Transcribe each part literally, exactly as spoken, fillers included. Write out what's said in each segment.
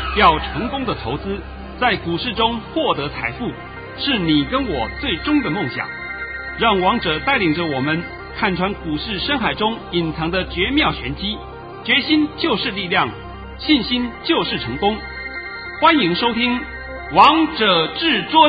要成功的投资，在股市中获得财富，是你跟我最终的梦想。让王者带领着我们看穿股市深海中隐藏的绝妙玄机，决心就是力量，信心就是成功。欢迎收听《王者至尊》。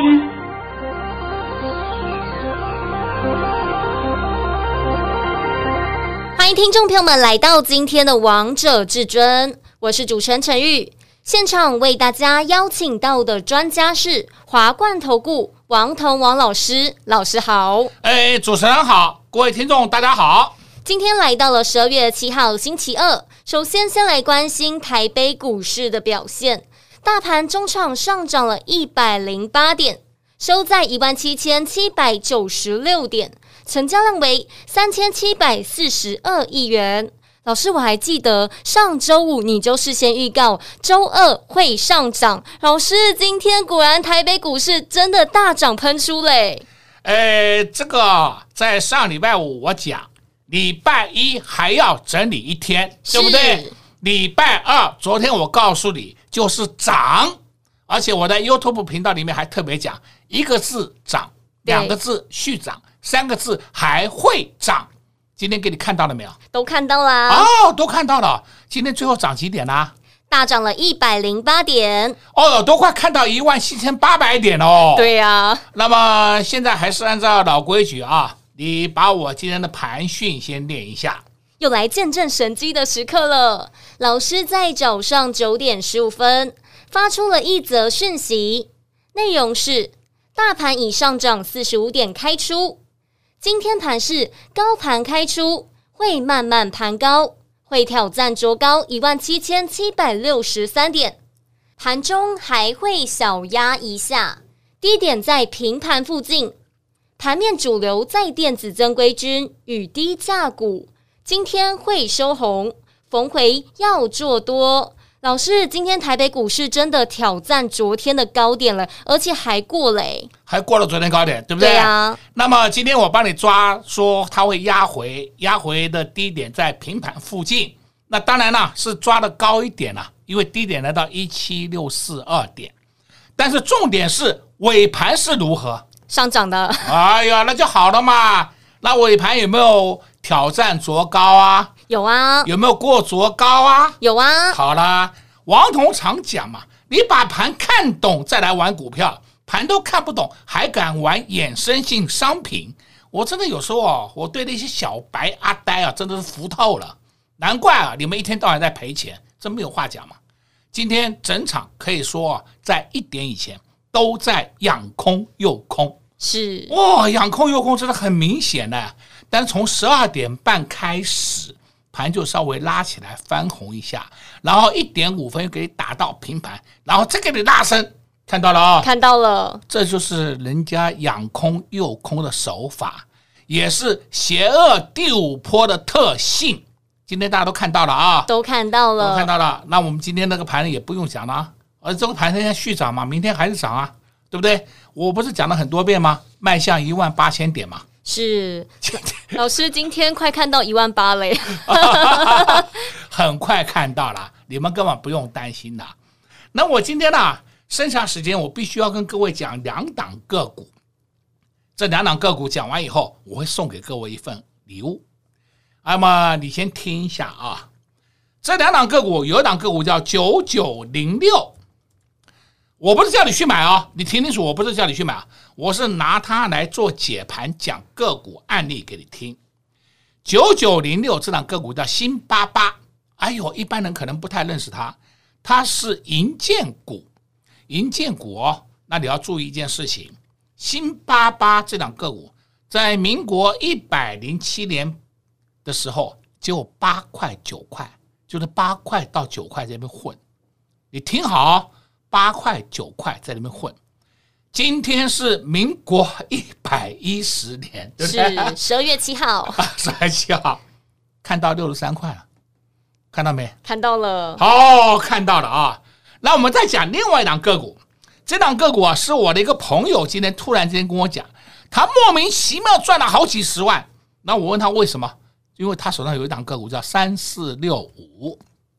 欢迎听众朋友们来到今天的《王者至尊》，我是主持人陈玉。现场为大家邀请到的专家是华冠投顾王彤王老师，老师好。 哎，主持人好，各位听众大家好。 今天来到了十二月七号星期二，首先先来关心台北股市的表现。大盘中场上涨了一百零八点，收在一万七千七百九十六点，成交量为三千七百四十二亿元。老师，我还记得上周五你就事先预告周二会上涨，老师，今天果然台北股市真的大涨喷出嘞。 呃，这个在上礼拜五我讲，礼拜一还要整理一天，对不对？礼拜二昨天我告诉你就是涨，而且我在 YouTube 频道里面还特别讲，一个字涨，两个字续涨，三个字还会涨。今天给你看到了没有？ 都看到啦。 哦，都看到了。今天最后涨几点啦？ 大涨了一百零八点。 哦，都快看到一万七千八百点哦。 对呀、啊。 那么现在还是按照老规矩啊，你把我今天的盘讯先念一下。 又来见证神迹的时刻了。老师在早上九点十五分发出了一则讯息，内容是：大盘已上涨四十五点开出。今天盘是高盘开出，会慢慢盘高，会挑战卓高一万七千七百六十三点，盘中还会小压一下，低点在平盘附近。盘面主流在电子增规军与低价股，今天会收红，逢回要做多。老师，今天台北股市真的挑战昨天的高点了，而且还过了、欸、 还过了昨天高点，对不对？ 对啊。 那么今天我帮你抓，说它会压回，压回的低点在平盘附近。那当然了，是抓的高一点了，因为低点来到一七六四二点。但是重点是尾盘是如何？ 上涨的。 哎呀，那就好了嘛。那尾盘有没有挑战卓高啊？ 有啊。 有没有过卓高啊？ 有啊。 好啦，王彤常讲嘛，你把盘看懂再来玩股票，盘都看不懂还敢玩衍生性商品，我真的有时候哦，我对那些小白阿呆啊真的是服透了，难怪啊你们一天到晚在赔钱，真没有话讲嘛。今天整场可以说啊，在一点以前都在养空诱空， 是哇，养空诱空真的很明显的。但是从十二点半开始，盘就稍微拉起来翻红一下，然后一点五分又给你打到平盘，然后再给你拉升，看到了啊、哦？ 看到了， 这就是人家养空诱空的手法，也是邪恶第五波的特性。今天大家都看到了啊， 都看到了， 都看到了。那我们今天那个盘也不用讲了啊，而这个盘现在续涨嘛，明天还是涨啊，对不对？我不是讲了很多遍吗？迈向一万八千点嘛。 是，老师今天快看到一万八嘞， 很快看到了，你们根本不用担心啦。那我今天呢、啊，剩下时间我必须要跟各位讲两档个股，这两档个股讲完以后，我会送给各位一份礼物。那么你先听一下啊，这两档个股有一档个股叫九九零六。我不是叫你去买啊，你听清楚，我不是叫你去买啊，我是拿它来做解盘，讲个股案例给你听。九九零六这档个股叫新八八，哎呦，一般人可能不太认识它，它是银建股，银建股哦。那你要注意一件事情，新八八这档个股在民国一百零七年的时候只有八块九块，就是八块到九块在那边混，你听好。八块九块在里面混，今天是民国一百一十年，对不对？ 是十二月七号， 十二月七号，看到六十三块了，看到没？ 看到了， 哦，看到了啊。那我们再讲另外一档个股，这档个股啊是我的一个朋友今天突然之间跟我讲，他莫名其妙赚了好几十万。那我问他为什么？因为他手上有一档个股叫三四六五。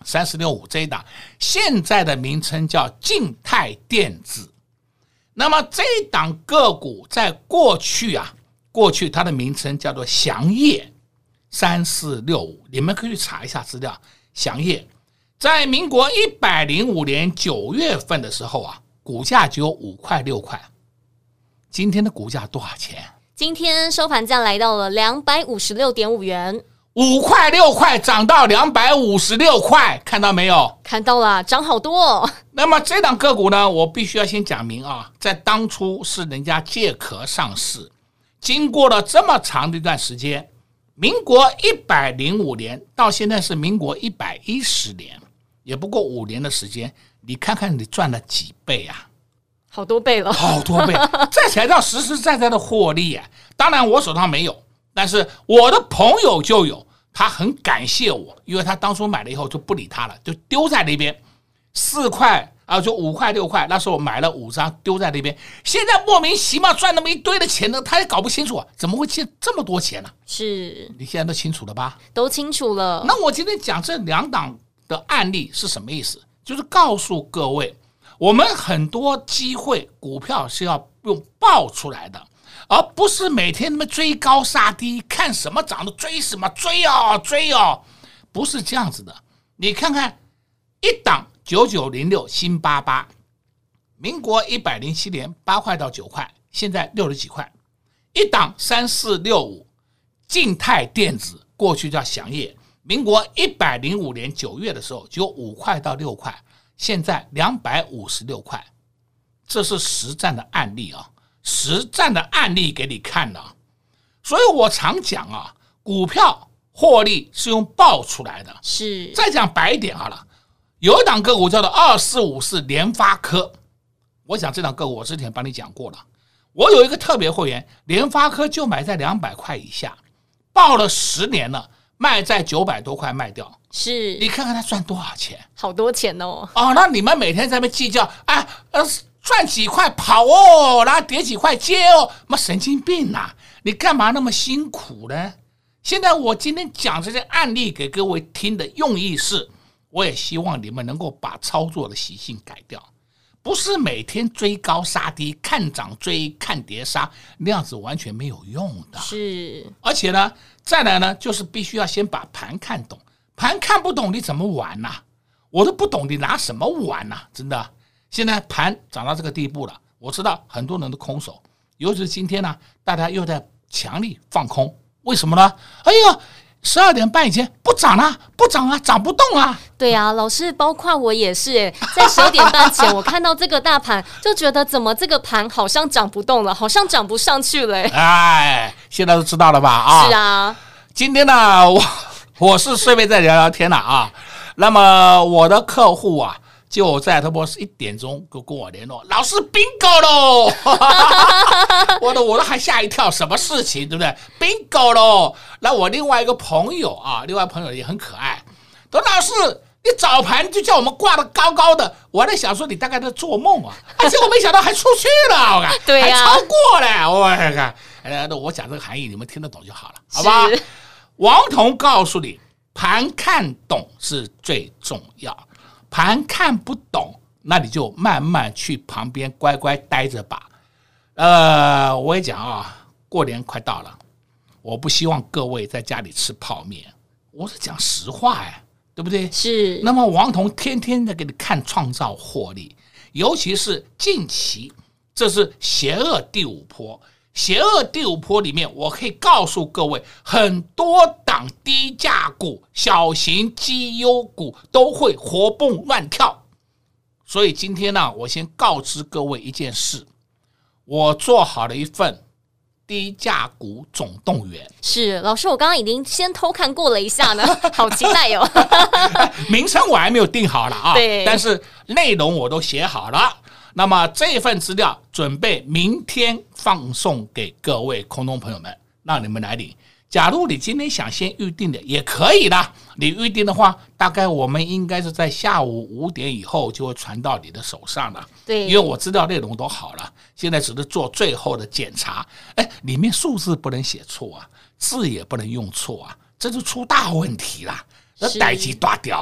三四六五这一档现在的名称叫静态电子。那么这一档个股在过去啊，过去它的名称叫做祥业三四六五，你们可以去查一下资料。祥业在民国一百零五年九月份的时候啊，股价只有五块六块。今天的股价多少钱？ 今天收盘价来到了两百五十六点五元， 五块六块涨到两百五十六块，看到没有？ 看到了，涨好多哦。 那么这档个股呢，我必须要先讲明啊，在当初是人家借壳上市，经过了这么长的一段时间，民国一百零五年到现在是民国一百一十年，也不过五年的时间，你看看你赚了几倍啊？ 好多倍了， 好多倍，这才叫实实在在的获利啊！当然我手上没有，但是我的朋友就有，他很感谢我，因为他当初买了以后就不理他了，就丢在那边，四块啊，就五块六块，那时候我买了五张丢在那边，现在莫名其妙赚那么一堆的钱呢，他也搞不清楚啊，怎么会借这么多钱呢、啊？ 是， 你现在都清楚了吧？ 都清楚了。 那我今天讲这两档的案例是什么意思？就是告诉各位，我们很多机会股票是要用爆出来的，而不是每天那么追高杀低，看什么涨的追什么，追哦追哦，不是这样子的。你看看一档九九零六新八八，民国一百零七年八块到九块，现在六十几块；一档三四六五静态电子，过去叫祥业，民国一百零五年九月的时候只有五块到六块。现在两百五十六块，这是实战的案例啊，实战的案例给你看了。所以我常讲啊，股票获利是用爆出来的。 是， 再讲白一点好了，有一档个股叫做二四五四联发科，我想这档个股我之前帮你讲过了。我有一个特别会员，联发科就买在两百块以下，爆了十年了，卖在九百多块卖掉。 是， 你看看他赚多少钱， 好多钱哦！ 哦，那你们每天在那边计较，啊，呃，赚几块跑哦，然后跌几块接哦，妈神经病啊！你干嘛那么辛苦呢？现在我今天讲这些案例给各位听的用意是，我也希望你们能够把操作的习性改掉，不是每天追高杀低，看涨追，看跌杀，那样子完全没有用的。 是， 而且呢，再来呢，就是必须要先把盘看懂。盘看不懂你怎么玩呐、啊？我都不懂你拿什么玩呐、啊？真的，现在盘涨到这个地步了，我知道很多人都空手，尤其是今天呢、啊，大家又在强力放空，为什么呢？哎呀，十二点半以前不涨啊，不涨啊，涨不动啊。 对啊，老师，包括我也是诶，在十二点半前，我看到这个大盘，就觉得怎么这个盘好像涨不动了，好像涨不上去了。 哎，现在都知道了吧？啊， 是啊， 今天呢，我。我是顺便再聊聊天了啊，那么我的客户啊，就在差不多一点钟就跟我联络，老师 bingo 喽，我的我都还吓一跳，什么事情对不对 ？bingo 喽。那我另外一个朋友啊，另外朋友也很可爱，说老师，你早盘就叫我们挂得高高的，我在想说你大概在做梦啊，而且我没想到还出去了，我看对啊， 还超过了，我看，哎，那我讲这个含义你们听得懂就好了，好吧？王彤告诉你，盘看懂是最重要，盘看不懂，那你就慢慢去旁边乖乖待着吧。呃，我也讲啊，过年快到了，我不希望各位在家里吃泡面，我是讲实话哎，对不对？ 是。 那么王彤天天在给你看创造获利，尤其是近期，这是邪恶第五波。邪恶第五波里面，我可以告诉各位，很多档低价股、小型绩优股都会活蹦乱跳。所以今天呢，我先告知各位一件事，我做好了一份低价股总动员。 是，老师，我刚刚已经先偷看过了一下呢，好期待哦。 名称我还没有定好了啊， 对， 但是内容我都写好了。那么这份资料准备明天放送给各位空中朋友们，让你们来领。假如你今天想先预定的也可以的，你预定的话，大概我们应该是在下午五点以后就会传到你的手上了。 对， 因为我资料内容都好了，现在只是做最后的检查。哎，里面数字不能写错啊，字也不能用错啊，这就出大问题了，那代志大条啊。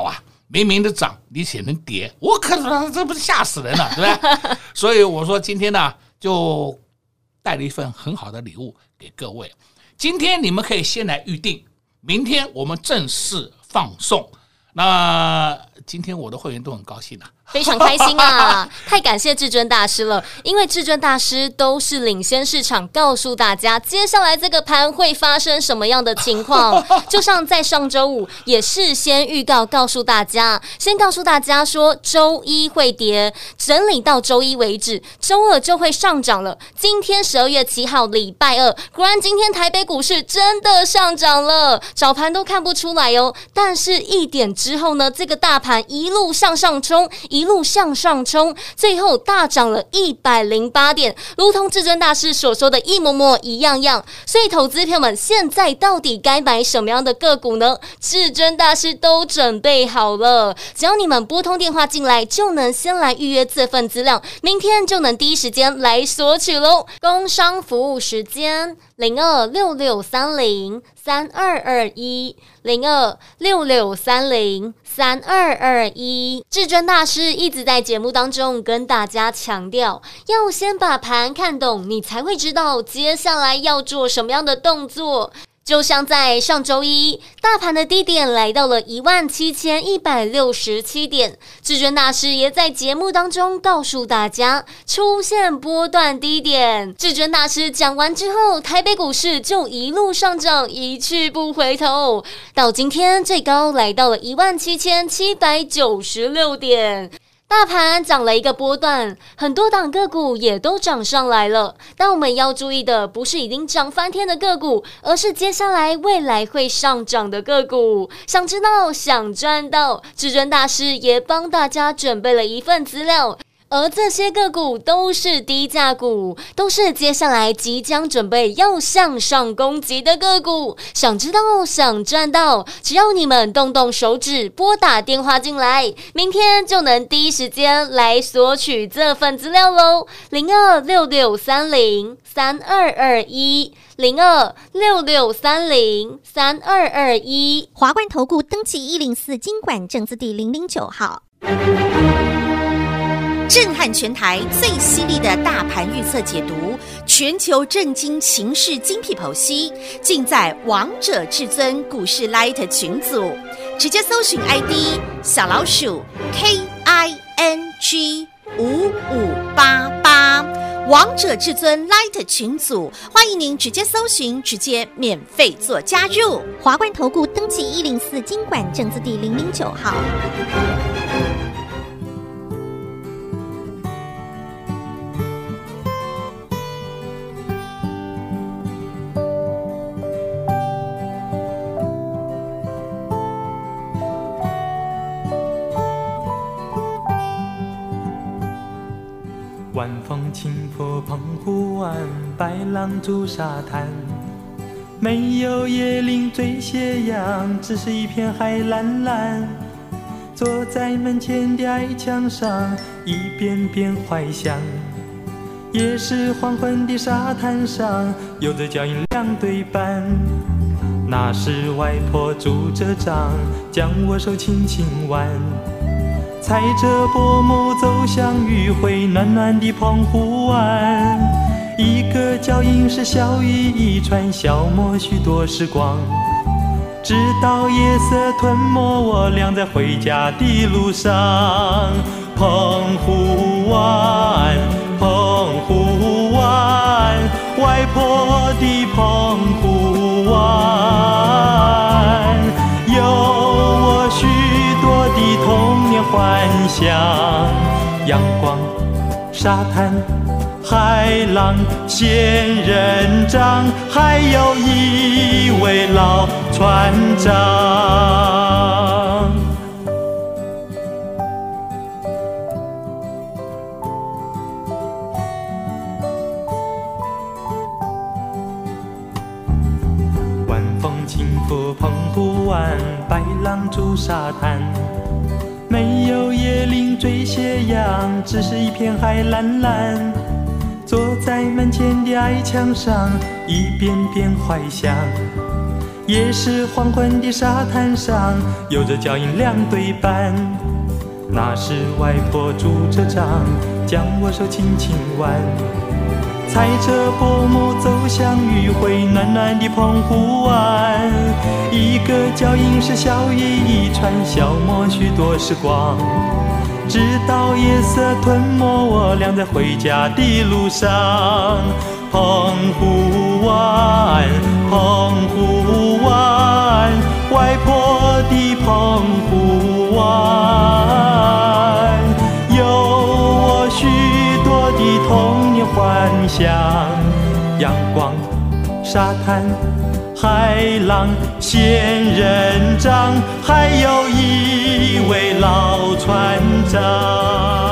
明明的涨，你写成跌，我可这不是吓死人了，对不对？所以我说今天呢，就带了一份很好的礼物给各位。今天你们可以先来预定，明天我们正式放送。那今天我的会员都很高兴啊， 非常开心啊！太感谢至尊大师了，因为至尊大师都是领先市场，告诉大家接下来这个盘会发生什么样的情况。就像在上周五也事先预告，告诉大家，先告诉大家说周一会跌，整理到周一为止，周二就会上涨了。今天十二月七号礼拜二，果然今天台北股市真的上涨了，早盘都看不出来哦。但是一点之后呢，这个大盘一路向上冲，一路向上冲，最后大涨了一百零八点，如同至尊大师所说的一模模一样样。所以投资朋友们，现在到底该买什么样的个股呢？至尊大师都准备好了，只要你们拨通电话进来，就能先来预约这份资料，明天就能第一时间来索取咯。工商服务时间零二六六三零三二二一零二六六三零三二二一。至尊大师一直在节目当中跟大家强调，要先把盘看懂，你才会知道接下来要做什么样的动作。就像在上周一，大盘的低点来到了一万七千一百六十七点，至尊大师也在节目当中告诉大家出现波段低点。至尊大师讲完之后，台北股市就一路上涨，一去不回头，到今天最高来到了一万七千七百九十六点。大盘涨了一个波段，很多档个股也都涨上来了。但我们要注意的不是已经涨翻天的个股，而是接下来未来会上涨的个股。想知道、想赚到，至尊大师也帮大家准备了一份资料。而这些个股都是低价股，都是接下来即将准备要向上攻击的个股。想知道、想赚到，只要你们动动手指，拨打电话进来，明天就能第一时间来索取这份资料咯。零二六六三零三二二一零二六六三零三二二一。 华冠投顾登记一零四金管证字第零零九号。震撼全台最犀利的大盘预测解读，全球震惊情势精辟剖析，尽在王者至尊股市 Light 群组，直接搜寻 I D 小老鼠 K I N G 五五八八，王者至尊 Light 群组，欢迎您直接搜寻，直接免费做加入。华冠投顾登记一零四金管证字第零零九号。 晚风轻拂澎湖湾，白浪逐沙滩，没有椰林缀斜阳，只是一片海蓝蓝。坐在门前的矮墙上，一遍遍怀想，也是黄昏的沙滩上，有着脚印两对半。那是外婆拄着杖，将我手轻轻挽，踩着薄暮走向余晖暖暖的澎湖湾，一个脚印是小雨一串，消磨许多时光，直到夜色吞没我俩在回家的路上。澎湖湾，澎湖湾，外婆的澎湖湾，有我许多的童年幻想，阳光、沙滩、海浪、仙人掌，还有一位老船长。晚风轻拂澎湖湾，白浪逐沙滩，没有椰林缀斜阳，只是一片海蓝蓝。坐在门前的矮墙上，一遍遍怀想， 也是黄昏的沙滩上，有着脚印两对半。那时外婆拄着杖，将我手轻轻挽，踩着薄暮走向余晖暖暖的澎湖湾。一个脚印是笑语一串，消磨许多时光，直到夜色吞没我俩在回家的路上。澎湖湾，澎湖湾，外婆的澎湖湾，有我许多的童年幻想。阳光、沙滩、海浪、仙人掌，还有一位老船长。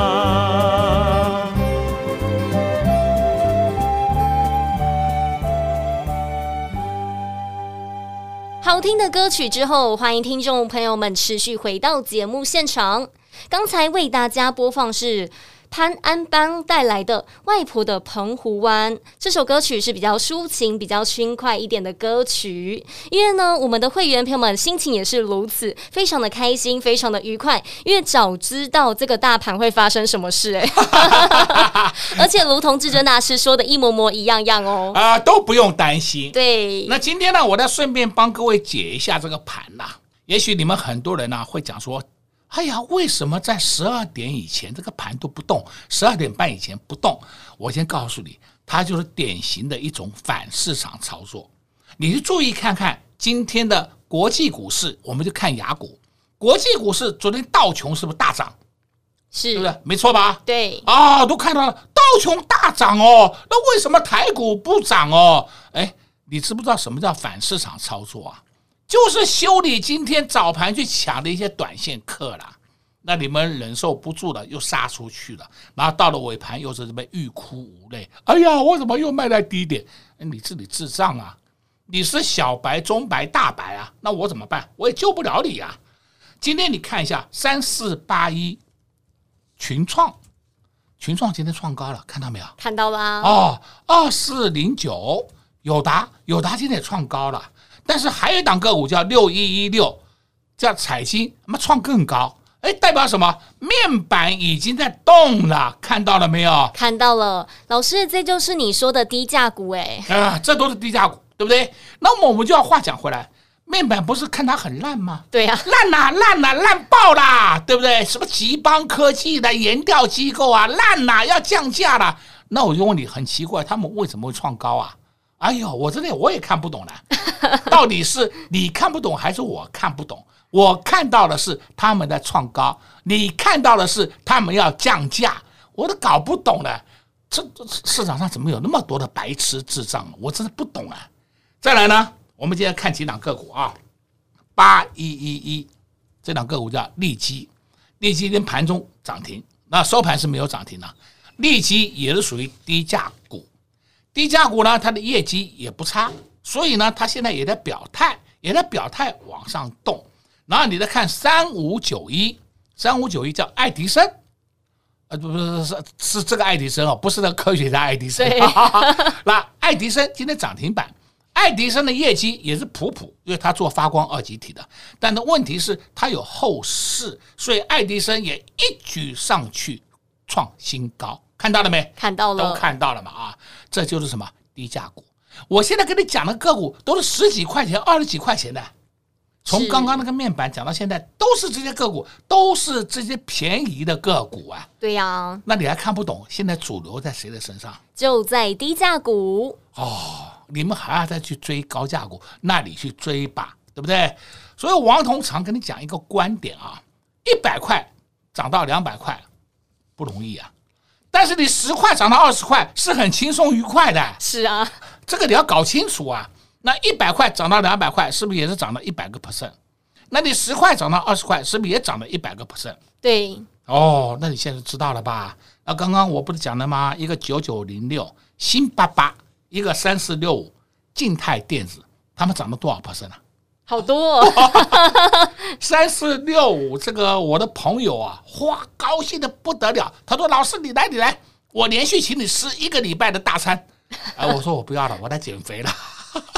好听的歌曲之后，欢迎听众朋友们持续回到节目现场。刚才为大家播放是潘安邦带来的《外婆的澎湖湾》，这首歌曲是比较抒情、比较轻快一点的歌曲。因为呢，我们的会员朋友们心情也是如此，非常的开心，非常的愉快。因为早知道这个大盘会发生什么事、欸，而且如同至尊大师说的一模模一样样哦， 啊、呃，都不用担心。 对， 那今天呢，我再顺便帮各位解一下这个盘呐、啊。也许你们很多人呢、啊、会讲说，哎呀，为什么在十二点以前这个盘都不动，十二点半以前不动？我先告诉你，它就是典型的一种反市场操作。你去注意看看今天的国际股市，我们就看亚股。国际股市昨天道琼是不是大涨？ 是， 对不对？没错吧？ 对啊，都看到了，道琼大涨哦，那为什么台股不涨哦？哎，你知不知道什么叫反市场操作啊？就是修理今天早盘去抢的一些短线客啦，那你们忍受不住了，又杀出去了，然后到了尾盘又是这边欲哭无泪。哎呀，我怎么又卖在低点？你自己智障啊！你是小白、中白、大白啊，那我怎么办？我也救不了你啊！今天你看一下三四八一群创，群创今天创高了，看到没有？ 看到啦。 哦，二四零九友达，友达今天也创高了。但是还有一档个股叫六一一六，叫彩晶，那么创更高，哎，代表什么？面板已经在动了，看到了没有？ 看到了，老师，这就是你说的低价股哎、 欸，啊，这都是低价股，对不对？那么我们就要话讲回来，面板不是看它很烂吗？ 对呀、啊， 烂啦、啊，烂啦、啊，烂爆啦，对不对？什么集邦科技的研调机构啊，烂啦、啊，要降价了。那我就问你，很奇怪，他们为什么会创高啊？哎呦，我真的我也看不懂了，到底是你看不懂还是我看不懂？我看到的是他们在创高，你看到的是他们要降价，我都搞不懂了。这市场上怎么有那么多的白痴智障？我真的不懂啊！再来呢，我们今天看几档个股啊，八一一一这档个股叫利基，利基今天盘中涨停，那收盘是没有涨停的。利基也是属于低价股。低价股呢，它的业绩也不差，所以呢，它现在也在表态，也在表态往上动。然后你再看三五九一，三五九一叫爱迪生，呃，不不是是是这个爱迪生哦，不是那个科学家爱迪生。那爱迪生今天涨停板，爱迪生的业绩也是普普，因为他做发光二极体的，但是问题是它有后市，所以爱迪生也一举上去创新高。看到了没？ 看到了， 都看到了嘛啊！这就是什么低价股。我现在跟你讲的个股都是十几块钱、二十几块钱的，从刚刚那个面板讲到现在，都是这些个股，都是这些便宜的个股啊。 对呀、啊， 那你还看不懂？现在主流在谁的身上？ 就在低价股哦。你们还要再去追高价股，那你去追吧，对不对？所以王彤常跟你讲一个观点啊，一百块涨到两百块不容易啊。但是你十块涨到二十块是很轻松愉快的， 是啊， 这个你要搞清楚啊。那一百块涨到两百块，是不是也是涨了一百个 percent？ 那你十块涨到二十块，是不是也涨了一百个 percent？ 对， 哦，那你现在知道了吧？那刚刚我不是讲了吗？一个九九零六新八八，一个三四六五静态电子，他们涨了多少 percent 啊？ 好多、哦， 三四六五，这个我的朋友啊，哇，高兴的不得了。他说：“老师，你来，你来，我连续请你吃一个礼拜的大餐。”啊，我说我不要了，我在减肥了。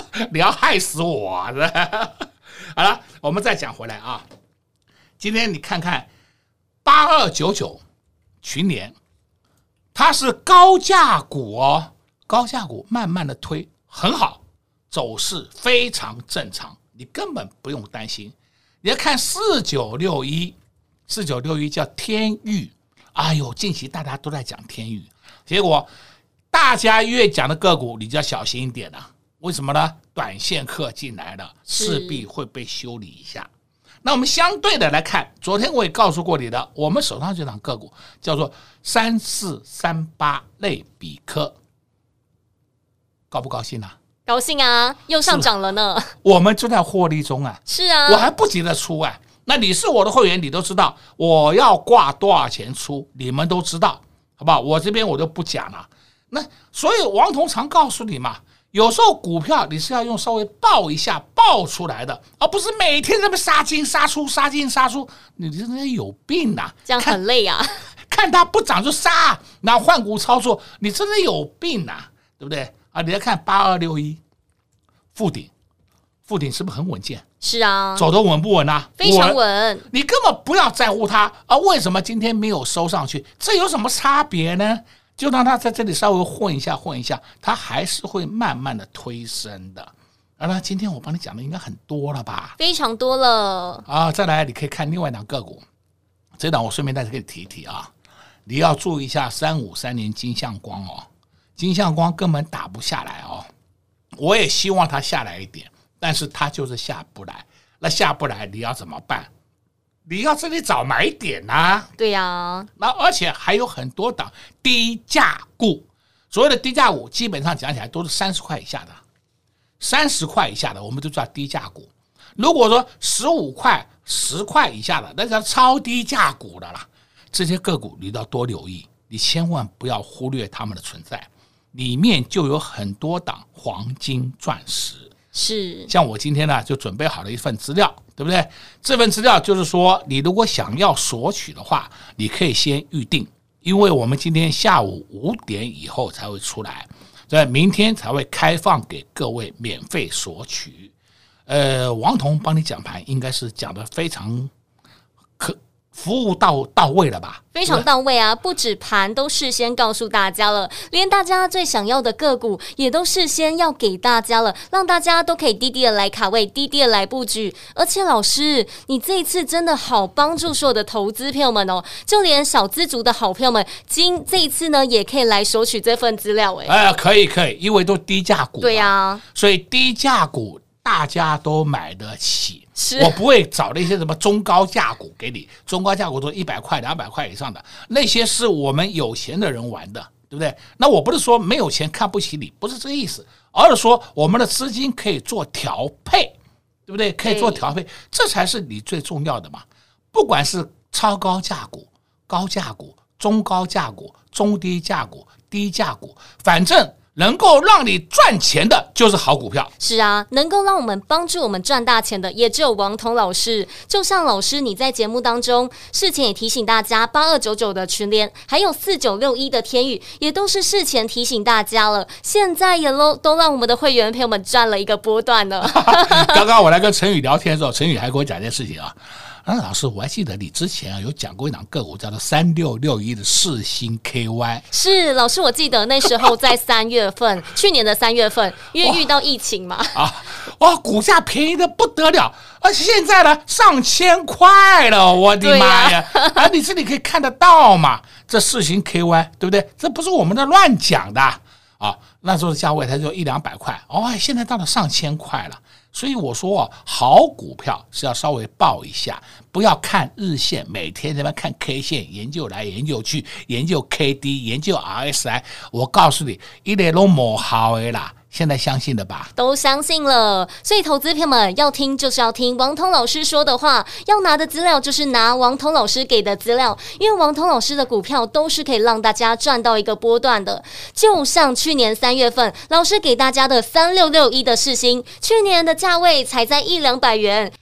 你要害死我的。好了，我们再讲回来啊。今天你看看八二九九群联，它是高价股哦，高价股慢慢的推很好，走势非常正常，你根本不用担心。你要看四九六一，四九六一叫天钰，哎呦，近期大家都在讲天钰，结果大家越讲的个股，你就要小心一点了、啊。为什么呢？短线客进来了，势必会被修理一下。那我们相对的来看，昨天我也告诉过你的，我们手上这档个股叫做三四三八类比科，高不高兴啊？ 高兴啊，又上涨了呢。 我们就在获利中啊。 是啊， 我还不急着出啊。那你是我的会员，你都知道我要挂多少钱出，你们都知道，好不好？我这边我就不讲了。那所以王彤常告诉你嘛，有时候股票你是要用稍微爆一下爆出来的，而不是每天在那杀进杀出杀进杀出，你真的有病啊！ 这样很累啊。 看, 看它不涨就杀，然后换股操作，你真的有病啊，对不对啊？你要看八二六一富鼎，富鼎是不是很稳健？ 是啊， 走得稳不稳啊？ 非常稳。 你根本不要在乎它啊，为什么今天没有收上去？这有什么差别呢？就让它在这里稍微混一下混一下，它还是会慢慢的推升的。啊，那今天我帮你讲的应该很多了吧？ 非常多了啊！再来，你可以看另外一档个股，这档我顺便再给你提一提啊。你要注意一下三五三零金相光哦，金相光根本打不下来哦。我也希望它下来一点，但是它就是下不来。那下不来，你要怎么办？你要这里找买点啊。 对啊， 那而且还有很多档低价股，所谓的低价股基本上讲起来都是三十块以下的，三十块以下的我们就叫低价股。如果说十五块、十块以下的，那叫超低价股的啦。这些个股你都要多留意，你千万不要忽略它们的存在，里面就有很多档黄金钻石。 是， 像我今天呢就准备好了一份资料，对不对？这份资料就是说，你如果想要索取的话，你可以先预定，因为我们今天下午五点以后才会出来，所以明天才会开放给各位免费索取。呃，王彤帮你讲盘，应该是讲得非常可服务到到位了吧？ 非常到位啊！不止盘都事先告诉大家了，连大家最想要的个股也都事先要给大家了，让大家都可以低低的来卡位，低低的来布局。而且老师，你这一次真的好帮助所有的投资朋友们哦，就连小资族的好朋友们，今这一次呢也可以来索取这份资料哎。 哎，可以可以，因为都低价股。 对啊， 所以低价股大家都买得起。 是， 我不会找那些什么中高价股给你，中高价股都一百块、两百块以上的，那些是我们有钱的人玩的，对不对？那我不是说没有钱看不起你，不是这个意思，而是说我们的资金可以做调配，对不对？可以做调配，这才是你最重要的嘛。不管是超高价股、高价股、中高价股、中低价股、低价股，反正能够让你赚钱的就是好股票。 是啊，能够让我们帮助我们赚大钱的也只有王彤老师。就像老师你在节目当中事前也提醒大家，八二九九的群联还有四九六一的天宇也都是事前提醒大家了，现在也都都让我们的会员朋友们赚了一个波段了。 刚刚我来跟陈宇聊天的时候，陈宇还跟我讲一件事情啊。啊，老师，我还记得你之前啊有讲过一档个股叫做三六六一的世新 K Y。 是，老师，我记得那时候在三月份，去年的三月份，因为遇到疫情嘛， 啊，哇，股价便宜的不得了，而现在呢上千块了，我的妈呀！啊，你这里可以看得到嘛，这世新 K Y 对不对？这不是我们的乱讲的啊，那时候的价位它就一两百块，哦，现在到了上千块了。所以我说哦，好股票是要稍微抱一下，不要看日线，每天在那看 K 线，研究来研究去，研究 K D， 研究 R S I。我告诉你，一点都没好的啦。现在相信了吧？ 都相信了。所以投资朋友们要听就是要听王彤老师说的话，要拿的资料就是拿王彤老师给的资料，因为王彤老师的股票都是可以让大家赚到一个波段的。就像去年三月份老师给大家的三六六一的世新，去年的价位才在一两百元，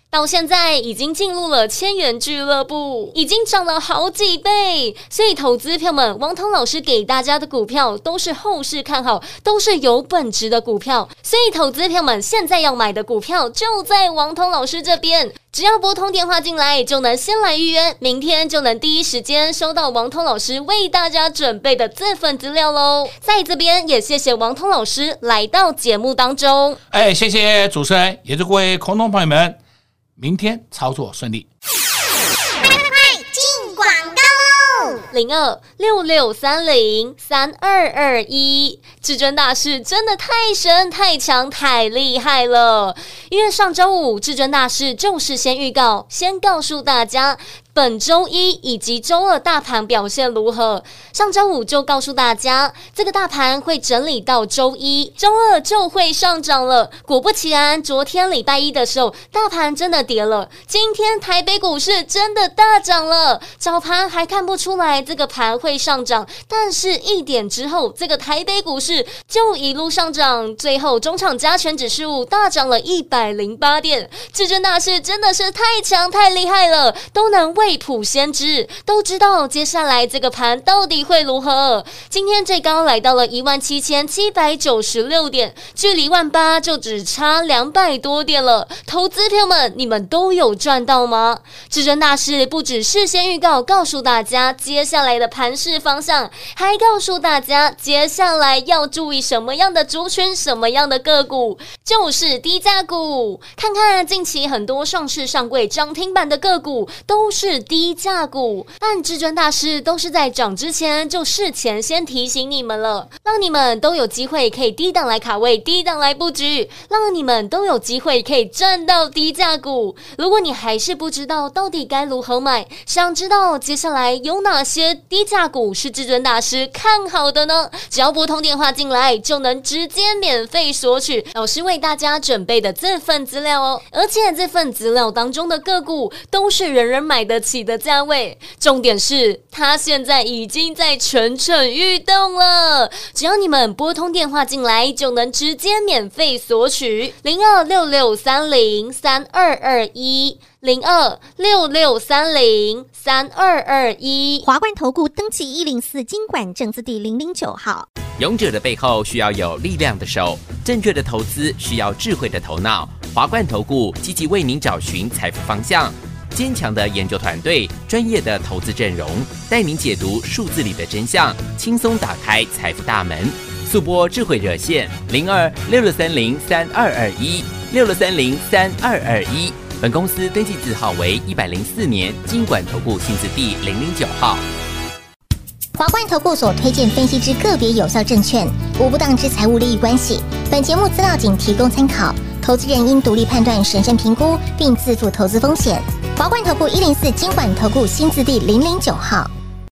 到现在已经进入了千元俱乐部，已经涨了好几倍。所以投资票们，王彤老师给大家的股票都是后市看好，都是有本质的股票。所以投资票们现在要买的股票就在王彤老师这边，只要拨通电话进来就能先来预约，明天就能第一时间收到王彤老师为大家准备的这份资料咯。在这边也谢谢王彤老师来到节目当中。 哎，谢谢主持人，也祝各位空中朋友们明天操作顺利。 进广告喽！ 零二六六三零三二二一，至尊大师真的太神、太强、太厉害了！因为上周五至尊大师就是先预告，先告诉大家本周一以及周二大盘表现如何。上周五就告诉大家，这个大盘会整理到周一，周二就会上涨了。果不其然，昨天礼拜一的时候，大盘真的跌了。今天台北股市真的大涨了，早盘还看不出来这个盘会上涨，但是一点之后，这个台北股市就一路上涨，最后中场加权指数大涨了一百零八点。至尊大师真的是太强太厉害了，都能未卜先知，都知道接下来这个盘到底会如何。今天最高来到了一万七千七百九十六点，距离万八就只差两百多点了。投资朋友们，你们都有赚到吗？至尊大师不只事先预告，告诉大家接下来的盘势方向，还告诉大家接下来要注意什么样的族群，什么样的个股，就是低价股。看看近期很多上市上柜涨停板的个股都是低价股，但至尊大师都是在涨之前就事前先提醒你们了，让你们都有机会可以低档来卡位，低档来布局，让你们都有机会可以赚到低价股。如果你还是不知道到底该如何买，想知道接下来有哪些低价股是至尊大师看好的呢？只要拨通电话进来就能直接免费索取老师为大家准备的这份资料哦。而且这份资料当中的个股都是人人买得起的价位，重点是它现在已经在蠢蠢欲动了。只要你们拨通电话进来就能直接免费索取零二六六三零三二二一零二六六三零三二二一。 华冠投顾登记一零四金管证字第零零九号。 勇者的背后需要有力量的手，正确的投资需要智慧的头脑。华冠投顾积极为您找寻财富方向，坚强的研究团队，专业的投资阵容，带您解读数字里的真相，轻松打开财富大门。速播智慧热线零二六六三零三二二一六六三零三二二一。本公司登记字号为一百零四年金管投顾新字第零零九号。 华冠投顾所推荐分析之个别有效证券，无不当之财务利益关系。本节目资料仅提供参考，投资人应独立判断、审慎评估，并自负投资风险。华冠投顾一零四金管投顾新字第零零九号。